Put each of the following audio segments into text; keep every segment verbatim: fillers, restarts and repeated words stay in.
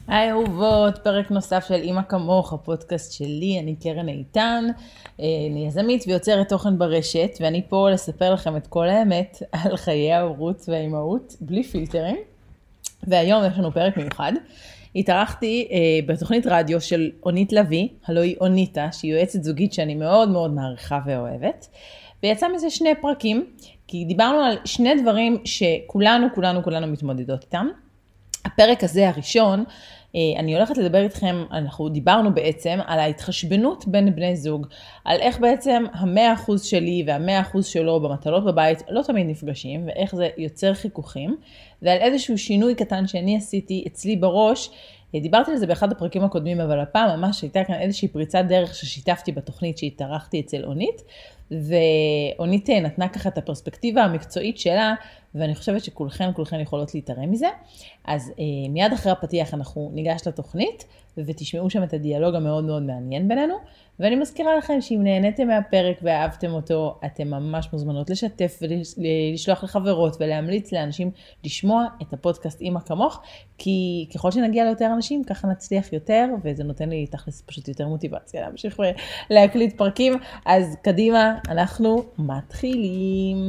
היי אהובות, פרק נוסף של אמא כמוך, הפודקאסט שלי, אני קרן איתן, אני יזמית ויוצרת תוכן ברשת, ואני פה לספר לכם את כל האמת על חיי ההורות והאימהות, בלי פילטרים. והיום יש לנו פרק מיוחד. התארחתי אה, בתוכנית רדיו של אונית לוי, הלוא היא אוניתה, שהיא יועצת זוגית שאני מאוד מאוד מעריכה ואוהבת, ויצא מזה שני פרקים, כי דיברנו על שני דברים שכולנו, כולנו, כולנו מתמודדות איתם. הפרק הזה הראשון, אני הולכת לדבר איתכם, אנחנו דיברנו בעצם על ההתחשבנות בין בני זוג, על איך בעצם המאה אחוז שלי והמאה אחוז שלו במטלות בבית לא תמיד נפגשים, ואיך זה יוצר חיכוכים, ועל איזשהו שינוי קטן שאני עשיתי אצלי בראש. דיברתי על זה באחד הפרקים הקודמים, אבל הפעם ממש הייתה כאן איזושהי פריצת דרך ששיתפתי בתוכנית שהתארחתי אצל אונית, ואונית נתנה ככה את הפרספקטיבה המקצועית שלה, ואני חושבת שכולכן, כולכן יכולות להתערם מזה. אז אה, מיד אחרי הפתיח אנחנו ניגש לתוכנית, ותשמעו שם את הדיאלוג המאוד מאוד מעניין בינינו, ואני מזכירה לכם שאם נהניתם מהפרק ואהבתם אותו, אתם ממש מוזמנות לשתף ולשלוח לחברות ולהמליץ לאנשים לשמוע את הפודקאסט אמא כמוך, כי ככל שנגיע ליותר אנשים, ככה נצליח יותר, וזה נותן לי תכלס פשוט יותר מוטיבציה להמשיך ולהקליט פרקים. אז קדימה, אנחנו מתחילים.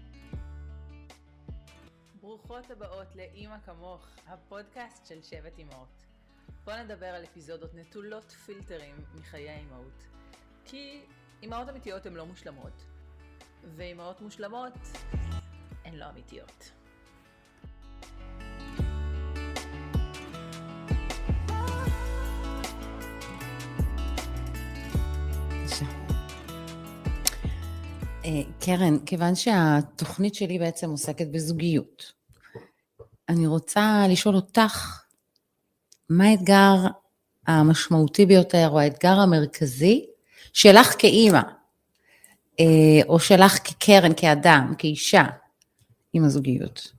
ברוכות הבאות לאמא כמוך, הפודקאסט של שבט אמהות. בוא נדבר על אפיזודות נטולות פילטרים מחיי האימהות. כי אימהות אמיתיות הן לא מושלמות, ואימהות מושלמות הן לא אמיתיות. קרן, כיוון שהתוכנית שלי בעצם עוסקת בזוגיות, אני רוצה לשאול אותך, מה האתגר המשמעותי ביותר, או האתגר המרכזי, שלך כאימא, או שלך כקרן, כאדם, כאישה, עם הזוגיות?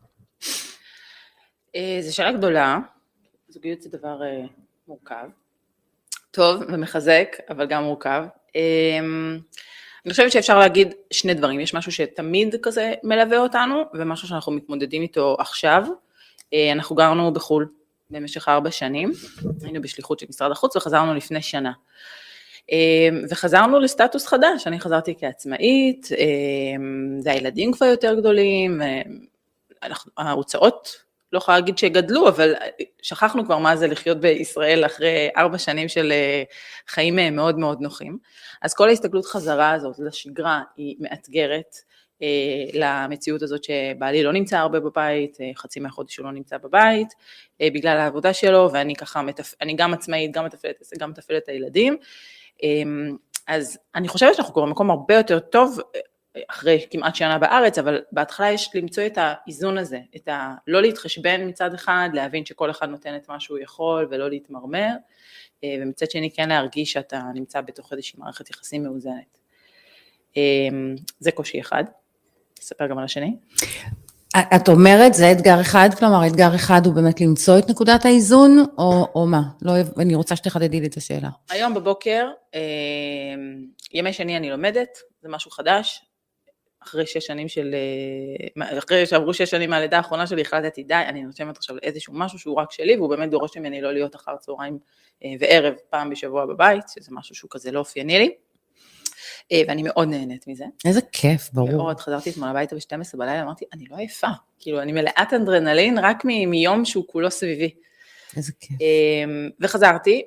זו שאלה גדולה, זוגיות זה דבר מורכב, טוב ומחזק, אבל גם מורכב. אני חושבת שאפשר להגיד שני דברים, יש משהו שתמיד כזה מלווה אותנו, ומשהו שאנחנו מתמודדים איתו עכשיו. אנחנו גרנו בחול במשך ארבע שנים, היינו בשליחות של משרד החוץ וחזרנו לפני שנה. וחזרנו לסטטוס חדש, אני חזרתי כעצמאית, זה הילדים כבר יותר גדולים, ההוצאות לא יכולה להגיד שגדלו, אבל שכחנו כבר מה זה לחיות בישראל אחרי ארבע שנים של חיים מאוד מאוד נוחים. אז כל ההסתכלות חזרה הזאת לשגרה היא מאתגרת, למציאות הזאת שבעלי לא נמצא הרבה בבית, חצי מהחודש הוא לא נמצא בבית, בגלל העבודה שלו, ואני ככה, אני גם עצמאית, גם מטפלת, גם מטפלת את הילדים. אז אני חושבת שאנחנו כבר במקום הרבה יותר טוב, אחרי כמעט שנה בארץ, אבל בהתחלה יש למצוא את האיזון הזה, את ה... לא להתחשבן מצד אחד, להבין שכל אחד נותן את מה שהוא יכול, ולא להתמרמר, ומצד שני כן להרגיש שאתה נמצא בתוך איזושהי מערכת יחסים מאוזנת. זה קושי אחד, אספר גם על השני. את אומרת, זה אתגר אחד, כלומר, אתגר אחד הוא באמת למצוא את נקודת האיזון, או, או מה? לא, אני רוצה שתחדדי לי את השאלה. היום בבוקר, ימי שני אני לומדת, זה משהו חדש, אחרי שש שנים של, אחרי שעברו שש שנים מהלידה האחרונה שלי, החלטתי די, אני נותנת עכשיו לאיזשהו משהו שהוא רק שלי, והוא באמת דורש ממני לא להיות אחר צהריים וערב פעם בשבוע בבית, שזה משהו שהוא כזה לא אופייני לי, ואני מאוד נהנית מזה. איזה כיף, ברור. מאוד, חזרתי אתמול הביתה ב-שתים עשרה בלילה, אמרתי, אני לא עייפה, כאילו אני מלאת אנדרנלין רק מ- מיום שהוא כולו סביבי. איזה כיף. וחזרתי,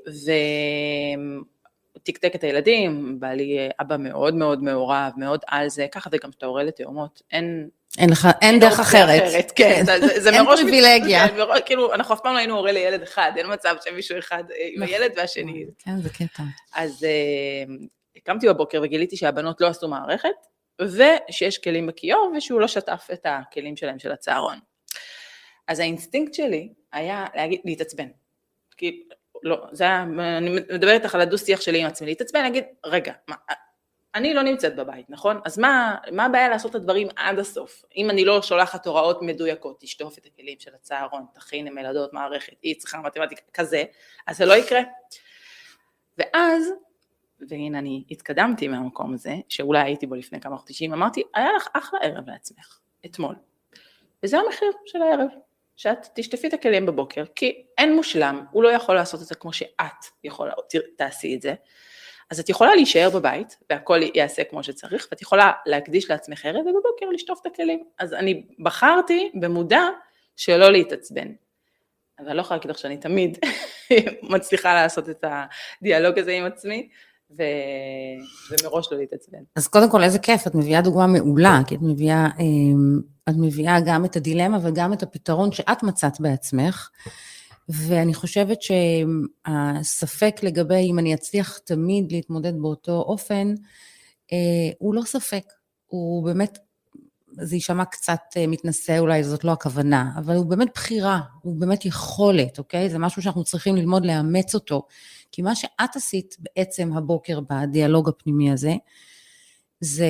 ותקתק את הילדים, בא לי אבא מאוד מאוד מעורב, מאוד על זה, ככה זה גם שאתה הורה לתאומות, אין... אין לך, אין דרך אחרת. כן, זה אין פריבילגיה. כאילו, אנחנו אף פעם לא היינו הורה לילד אחד, אין מצב שמישהו אחד עם הילד והשני. כן, זה קטע. אז קמתי בבוקר וגיליתי שהבנות לא עשו מערכת, ושיש כלים בכיור, ושהוא לא שטף את הכלים שלהם של הצהרון. אז האינסטינקט שלי היה להגיד, להתעצבן. כי, לא, זה היה, אני מדברת איתך על הדו-שיח שלי עם עצמי, להתעצבן, להגיד, רגע, מה, אני לא נמצאת בבית, נכון? אז מה, מה הבעיה לעשות את הדברים עד הסוף? אם אני לא שולחת הוראות מדויקות, תשטוף את הכלים של הצהרון, תכין עם ילדות מערכת, היא צריכה מתמטיקה כזה, אז זה לא יקרה. ואז, והנה אני התקדמתי מהמקום הזה, שאולי הייתי בו לפני כמה חודשים, אמרתי, היה לך אחלה ערב לעצמך, אתמול. וזה המחיר של הערב. שאת תשטפי את הכלים בבוקר, כי אין מושלם, הוא לא יכול לעשות את זה כמו שאת יכולה, תעשי את זה, אז את יכולה להישאר בבית, והכל יעשה כמו שצריך, ואת יכולה להקדיש לעצמך ערב, ובבוקר לשטוף את הכלים. אז אני בחרתי במודע שלא להתעצבן. אבל אני לא יכולה להגיד לך שאני תמיד מצליחה לעשות את הדיאלוג הזה עם עצמי, ו... ומראש לא להתעצבן. אז קודם כל, איזה כיף, את מביאה דוגמה מעולה, כי את מביאה, את מביאה גם את הדילמה וגם את הפתרון שאת מצאת בעצמך, ואני חושבת שהספק לגבי אם אני אצליח תמיד להתמודד באותו אופן, הוא לא ספק, הוא באמת, זה יישמע קצת מתנשא, אולי זאת לא הכוונה, אבל הוא באמת בחירה, הוא באמת יכולת, אוקיי? זה משהו שאנחנו צריכים ללמוד לאמץ אותו, כי מה שאת עשית בעצם הבוקר בדיאלוג הפנימי הזה, זה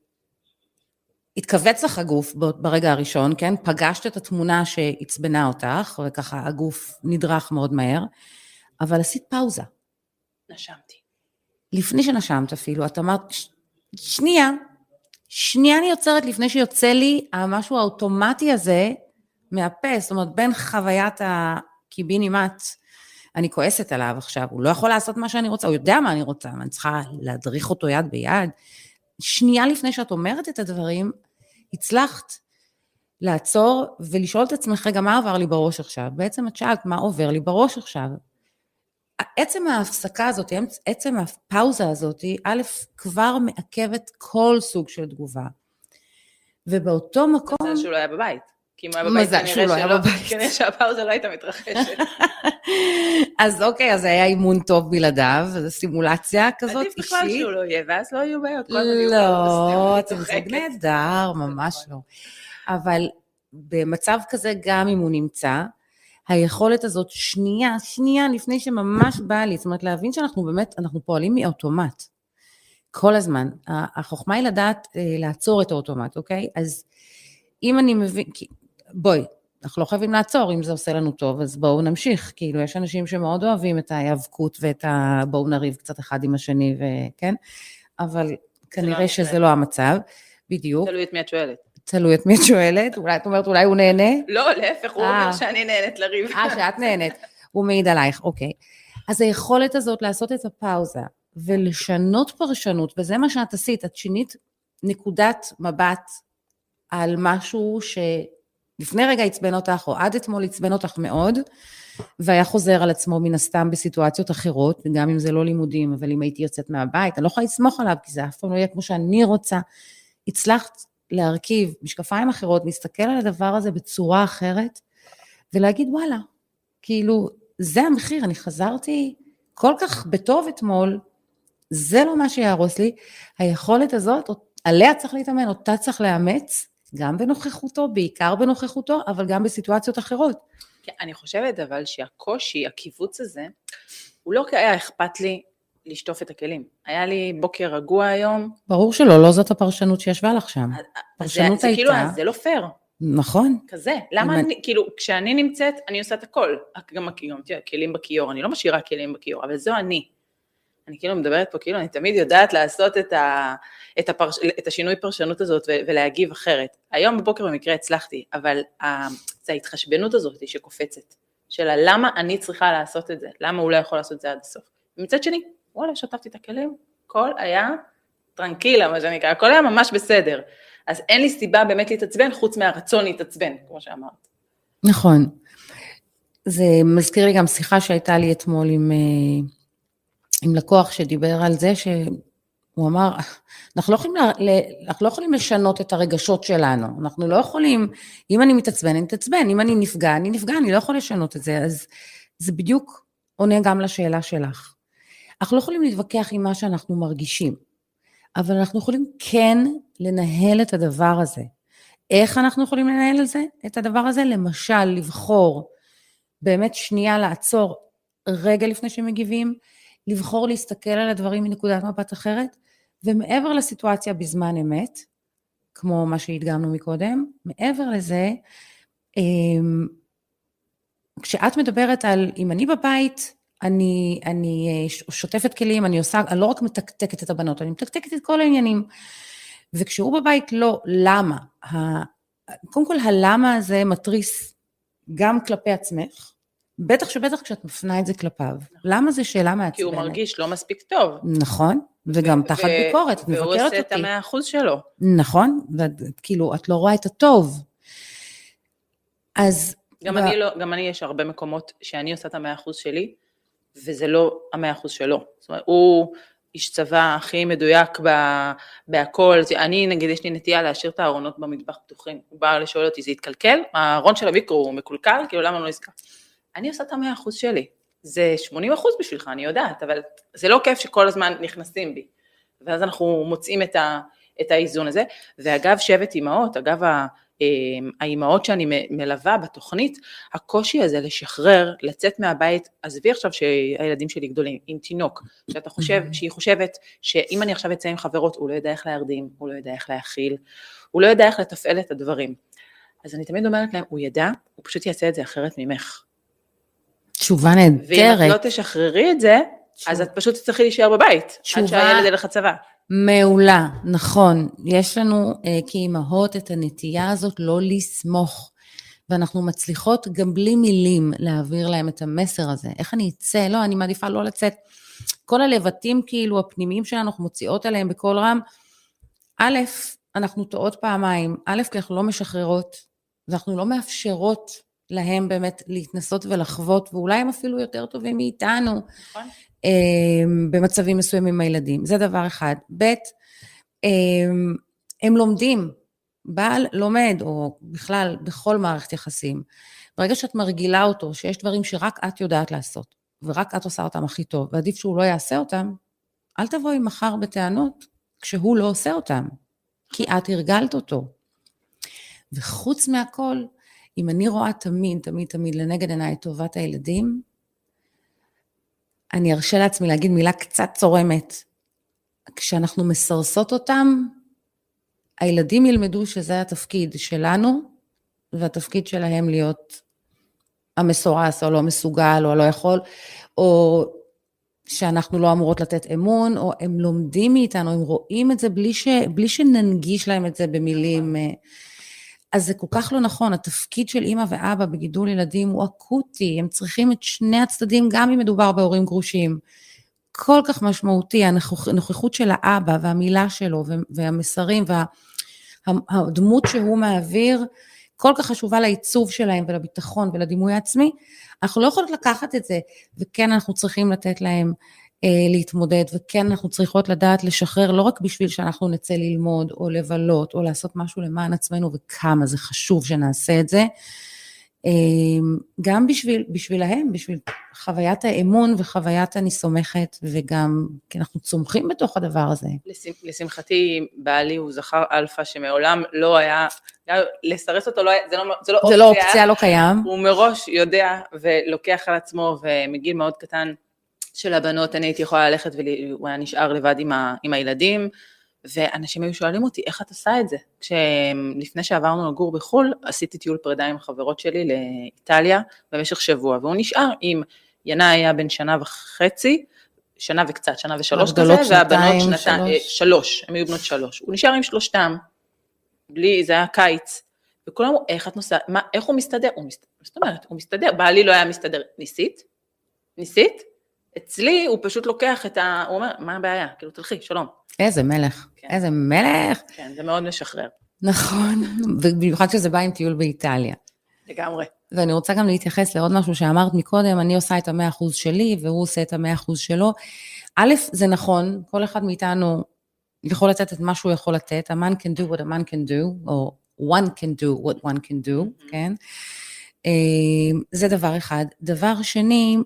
התכווץ לך הגוף ברגע הראשון, כן? פגשת את התמונה שהצבנה אותך, וככה הגוף נדרך מאוד מהר, אבל עשית פאוזה. נשמתי. לפני שנשמת אפילו, את אמרת, שנייה, שנייה אני יוצרת לפני שיוצא לי המשהו האוטומטי הזה מהפה, זאת אומרת, בין חוויית הקיבינימט, אני כועסת עליו עכשיו, הוא לא יכול לעשות מה שאני רוצה, הוא יודע מה אני רוצה, אני צריכה להדריך אותו יד ביד. שנייה לפני שאת אומרת את הדברים, הצלחת לעצור ולשאול את עצמך, רגע, מה עבר לי בראש עכשיו? בעצם את שאלת, מה עובר לי בראש עכשיו? עצם ההפסקה הזאת, עצם הפאוזה הזאת, א', כבר מעכבת כל סוג של תגובה. ובאותו מקום... מזל שהוא לא היה בבית. כי אם הוא היה בבית, מזל שהוא לא היה בבית. כנראה שהפאוזה לא הייתה מתרחשת. אז אוקיי, אז זה היה אימון טוב בלעדיו, זו סימולציה כזאת אישית. עדיף בכלל שהוא לא יהיה, ואז לא יהיו בעיות. לא, אתם זה נהדר, ממש לא. אבל במצב כזה, גם אם הוא נמצא, היכולת הזאת שנייה, שנייה לפני שממש בא לי, זאת אומרת להבין שאנחנו באמת, אנחנו פועלים מאוטומט, כל הזמן. החוכמה היא לדעת לעצור את האוטומט, אוקיי? אז אם אני מבין, בואי, אנחנו לא חייבים לעצור, אם זה עושה לנו טוב, אז בואו נמשיך, כאילו יש אנשים שמאוד אוהבים את ההיאבקות ואת ה... בואו נריב קצת אחד עם השני, וכן, אבל כנראה שזה לא המצב, בדיוק. תלוי את מי את שואלת. תלוי את מי את שואלת, אולי את אומרת, אולי הוא נהנה? לא, להפך, הוא אומר שאני נהנית לריב. אה, שאת נהנית, הוא מעיד עלייך, אוקיי. אז היכולת הזאת לעשות את הפאוזה, ולשנות פרשנות, וזה מה שאת עשית, את שינית נקודת מבט על משהו שלפני רגע הצבן אותך, או עד אתמול הצבן אותך מאוד, והיה חוזר על עצמו מן הסתם בסיטואציות אחרות, גם אם זה לא לימודים, אבל אם הייתי יוצאת מהבית, אני לא יכולה לסמוך עליו, כי זה אף פעם לא יהיה כמו שאני רוצה. הצלחת להרכיב משקפיים אחרות, להסתכל על הדבר הזה בצורה אחרת, ולהגיד וואלה, כאילו זה המחיר, אני חזרתי כל כך בטוב אתמול, זה לא מה שיהרוס לי, היכולת הזאת, עליה צריך להתאמן, אותה צריך לאמץ, גם בנוכחותו, בעיקר בנוכחותו, אבל גם בסיטואציות אחרות. אני חושבת אבל שהקושי, הקיבוץ הזה, הוא לא כי היה אכפת לי לשטוף את הכלים. היה לי בוקר רגוע היום. ברור שלא, לא זאת הפרשנות שישבה לך שם. פרשנות זה, הייתה. זה כאילו, זה לא פייר. נכון. כזה. למה אני, כאילו, כשאני נמצאת, אני עושה את הכל. גם הכלים בכיור, אני לא משאירה כלים בכיור, אבל זו אני. אני כאילו מדברת פה, כאילו אני תמיד יודעת לעשות את, ה, את, הפרש, את השינוי פרשנות הזאת ולהגיב אחרת. היום בבוקר במקרה הצלחתי, אבל זה ההתחשבנות הזאת שקופצת, של למה אני צריכה לעשות את זה, למה הוא לא יכול לעשות את זה עד הסוף. ומצד שני, וואלה, שטפתי את הכלים, הכל היה טרנקילה, מה שנקרא, הכל היה ממש בסדר. אז אין לי סיבה באמת להתעצבן, חוץ מהרצון להתעצבן, כמו שאמרת. נכון. זה מזכיר לי גם שיחה שהייתה לי אתמול עם... עם לקוח שדיבר על זה, שהוא אמר, אנחנו לא יכולים, אנחנו לא יכולים לשנות את הרגשות שלנו, אנחנו לא יכולים, אם אני מתעצבן, אני מתעצבן, אם אני נפגע, אני נפגע, אני לא יכול לשנות את זה, אז זה בדיוק עונה גם לשאלה שלך. אנחנו לא יכולים להתווכח עם מה שאנחנו מרגישים, אבל אנחנו יכולים כן לנהל את הדבר הזה. איך אנחנו יכולים לנהל את זה? את הדבר הזה, למשל, לבחור, באמת שנייה לעצור רגע לפני שמגיבים, לבחור להסתכל על הדברים מנקודת מבט אחרת, ומעבר לסיטואציה בזמן אמת, כמו מה שהדגמנו מקודם, מעבר לזה, כשאת מדברת על, אם אני בבית, אני, אני שוטפת כלים, אני עושה, אני לא רק מתקתקת את הבנות, אני מתקתקת את כל העניינים, וכשהוא בבית לא, למה? קודם כל, הלמה הזה מטריס גם כלפי עצמך, בטח שבטח כשאת מפנה את זה כלפיו. למה זה שאלה מעצבנת? כי הוא מרגיש לא מספיק טוב. נכון, וגם תחת ביקורת, את מבקרת אותי. והוא עושה את המאה אחוז שלו. נכון, וכאילו, את לא רואה את הטוב. אז... גם אני לא, גם אני יש הרבה מקומות שאני עושה את המאה אחוז שלי, וזה לא המאה אחוז שלו. זאת אומרת, הוא איש צבא הכי מדויק בהכל. אני, נגיד, יש לי נטייה להשאיר את הארונות במטבח פתוחים. הוא בא לשאול אותי, זה יתקלקל? הארון של המיקרו הוא מקולקל, כאילו למה לא נזכר? אני עושה את המאה אחוז שלי. זה שמונים אחוז בשבילך, אני יודעת, אבל זה לא כיף שכל הזמן נכנסים בי. ואז אנחנו מוצאים את, ה, את האיזון הזה. ואגב, שבט אימהות, אגב, האימהות שאני מלווה בתוכנית, הקושי הזה לשחרר, לצאת מהבית, עזבי עכשיו שהילדים שלי גדולים, עם תינוק, שאתה חושב, שהיא חושבת שאם אני עכשיו אצא עם חברות, הוא לא יודע איך להרדים, הוא לא יודע איך להכיל, הוא לא יודע איך לתפעל את הדברים. אז אני תמיד אומרת להם, הוא ידע, הוא פשוט יעשה את זה אחרת ממך. תשובה נהדרת. ואם את לא תשחררי את זה, אז את פשוט צריכי להישאר בבית, עד שהילד ילך לצבא. מעולה, נכון. יש לנו אה, כאימהות את הנטייה הזאת לא לסמוך, ואנחנו מצליחות גם בלי מילים להעביר להם את המסר הזה. איך אני אצא? לא, אני מעדיפה לא לצאת. כל הלבטים כאילו הפנימיים שלנו, אנחנו מוציאות עליהם בכל רם. א', אנחנו טועות פעמיים. א', כי אנחנו לא משחררות, ואנחנו לא מאפשרות להם באמת להתנסות ולחוות, ואולי הם אפילו יותר טובים מאיתנו. נכון. במצבים מסוימים עם הילדים, זה דבר אחד. ב', הם לומדים, בעל לומד, או בכלל בכל מערכת יחסים, ברגע שאת מרגילה אותו, שיש דברים שרק את יודעת לעשות, ורק את עושה אותם הכי טוב, ועדיף שהוא לא יעשה אותם, אל תבואי מחר בטענות, כשהוא לא עושה אותם, כי את הרגלת אותו. וחוץ מהכל, אם אני רואה תמיד, תמיד, תמיד לנגד עיניי את טובת הילדים, אני ארשה לעצמי להגיד מילה קצת צורמת. כשאנחנו מסרסות אותם, הילדים ילמדו שזה התפקיד שלנו, והתפקיד שלהם להיות המסורס, או לא מסוגל, או לא יכול, או שאנחנו לא אמורות לתת אמון, או הם לומדים מאיתנו, הם רואים את זה בלי, ש, בלי שננגיש להם את זה במילים. אז זה כל כך לא נכון, התפקיד של אמא ואבא בגידול ילדים הוא אקוטי, הם צריכים את שני הצדדים, גם אם מדובר בהורים גרושים. כל כך משמעותי, הנוכחות של האבא והמילה שלו, והמסרים, והדמות שהוא מעביר, כל כך חשובה לעיצוב שלהם, ולביטחון, ולדימוי העצמי, אנחנו לא יכולות לקחת את זה, וכן אנחנו צריכים לתת להם אה, להתמודד, וכן אנחנו צריכות לדעת לשחרר, לא רק בשביל שאנחנו נצא ללמוד, או לבלות, או לעשות משהו למען עצמנו, וכמה זה חשוב שנעשה את זה, אה, גם בשביל, בשבילהם, בשביל חוויית האמון, וחוויית אני סומכת, וגם, כי אנחנו צומחים בתוך הדבר הזה. לשמחתי, בעלי הוא זכר אלפא, שמעולם לא היה, לסרס אותו, לא, זה, לא, זה לא אופציה, זה לא אופציה, לא קיים. הוא מראש יודע, ולוקח על עצמו, ומגיל מאוד קטן, של הבנות, אני הייתי יכולה ללכת, והוא היה נשאר לבד עם, ה, עם הילדים, ואנשים היו שואלים אותי, איך את עושה את זה? כשלפני שעברנו לגור בחול, עשיתי טיול פרידה עם חברות שלי לאיטליה, במשך שבוע, והוא נשאר עם, ינא היה בן שנה וחצי, שנה וקצת, שנה ושלוש כזה, והבנות שנתן, שלוש. שלוש, הם היו בנות שלוש. הוא נשאר עם שלושתם, בלי, זה היה קיץ, וכולם אמרו, איך את נוסעת, מה, איך הוא מסתדר? הוא מסתדר, זאת אומרת, הוא מסתדר, בעלי לא היה מסתדר, ניסית? ניסית? אצלי הוא פשוט לוקח את ה... הוא אומר, מה הבעיה? כאילו, תלכי, שלום. איזה מלך, כן. איזה מלך. כן, זה מאוד משחרר. נכון, ובמיוחד שזה בא עם טיול באיטליה. לגמרי. ואני רוצה גם להתייחס לעוד משהו שאמרת מקודם, אני עושה את המאה אחוז שלי, והוא עושה את המאה אחוז שלו. א', זה נכון, כל אחד מאיתנו יכול לתת את מה שהוא יכול לתת, a man can do what a man can do, או one can do what one can do, mm-hmm. כן? זה דבר אחד. דבר שני,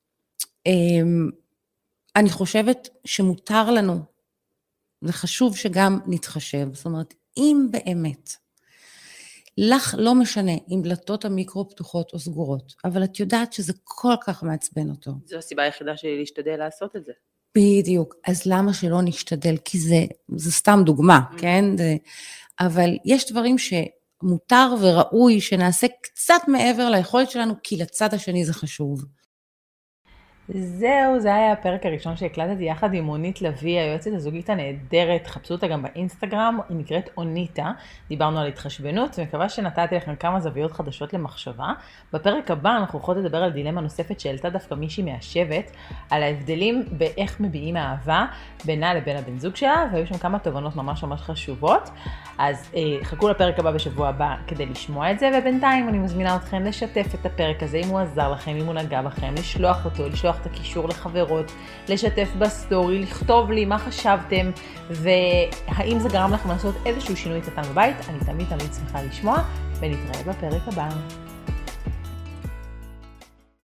אני חושבת שמותר לנו, וחשוב שגם נתחשב, זאת אומרת, אם באמת, לך לא משנה אם דלתות המיקרו פתוחות או סגורות, אבל את יודעת שזה כל כך מעצבן אותו. זו הסיבה היחידה שלי להשתדל לעשות את זה. בדיוק, אז למה שלא נשתדל? כי זה, זה סתם דוגמה, mm-hmm. כן? זה, אבל יש דברים שמותר וראוי שנעשה קצת מעבר ליכולת שלנו, כי לצד השני זה חשוב. זהו, זה היה הפרק הראשון שהקלטתי יחד עם אונית לוי, היועצת הזוגית הנהדרת, חפשו אותה גם באינסטגרם, היא נקראת אוניטה, דיברנו על התחשבנות, ומקווה שנתתי לכם כמה זוויות חדשות למחשבה. בפרק הבא אנחנו יכולות לדבר על דילמה נוספת שהעלתה דווקא מישהי מהשבט, על ההבדלים באיך מביעים האהבה בינה לבין הבן זוג שלה, והיו שם כמה תובנות ממש ממש חשובות, אז אה, חכו לפרק הבא בשבוע הבא כדי לשמוע את זה, ובינתיים אני מזמינה אתכם לשתף את הפרק הזה, אם הוא עזר לכם, אם הוא נגע בכם, לשלוח אותו, לשלוח את הקישור לחברות, לשתף בסטורי, לכתוב לי מה חשבתם, והאם זה גרם לכם לעשות איזשהו שינוי קטן בבית, אני תמיד תמיד שמחה לשמוע, ונתראה בפרק הבא.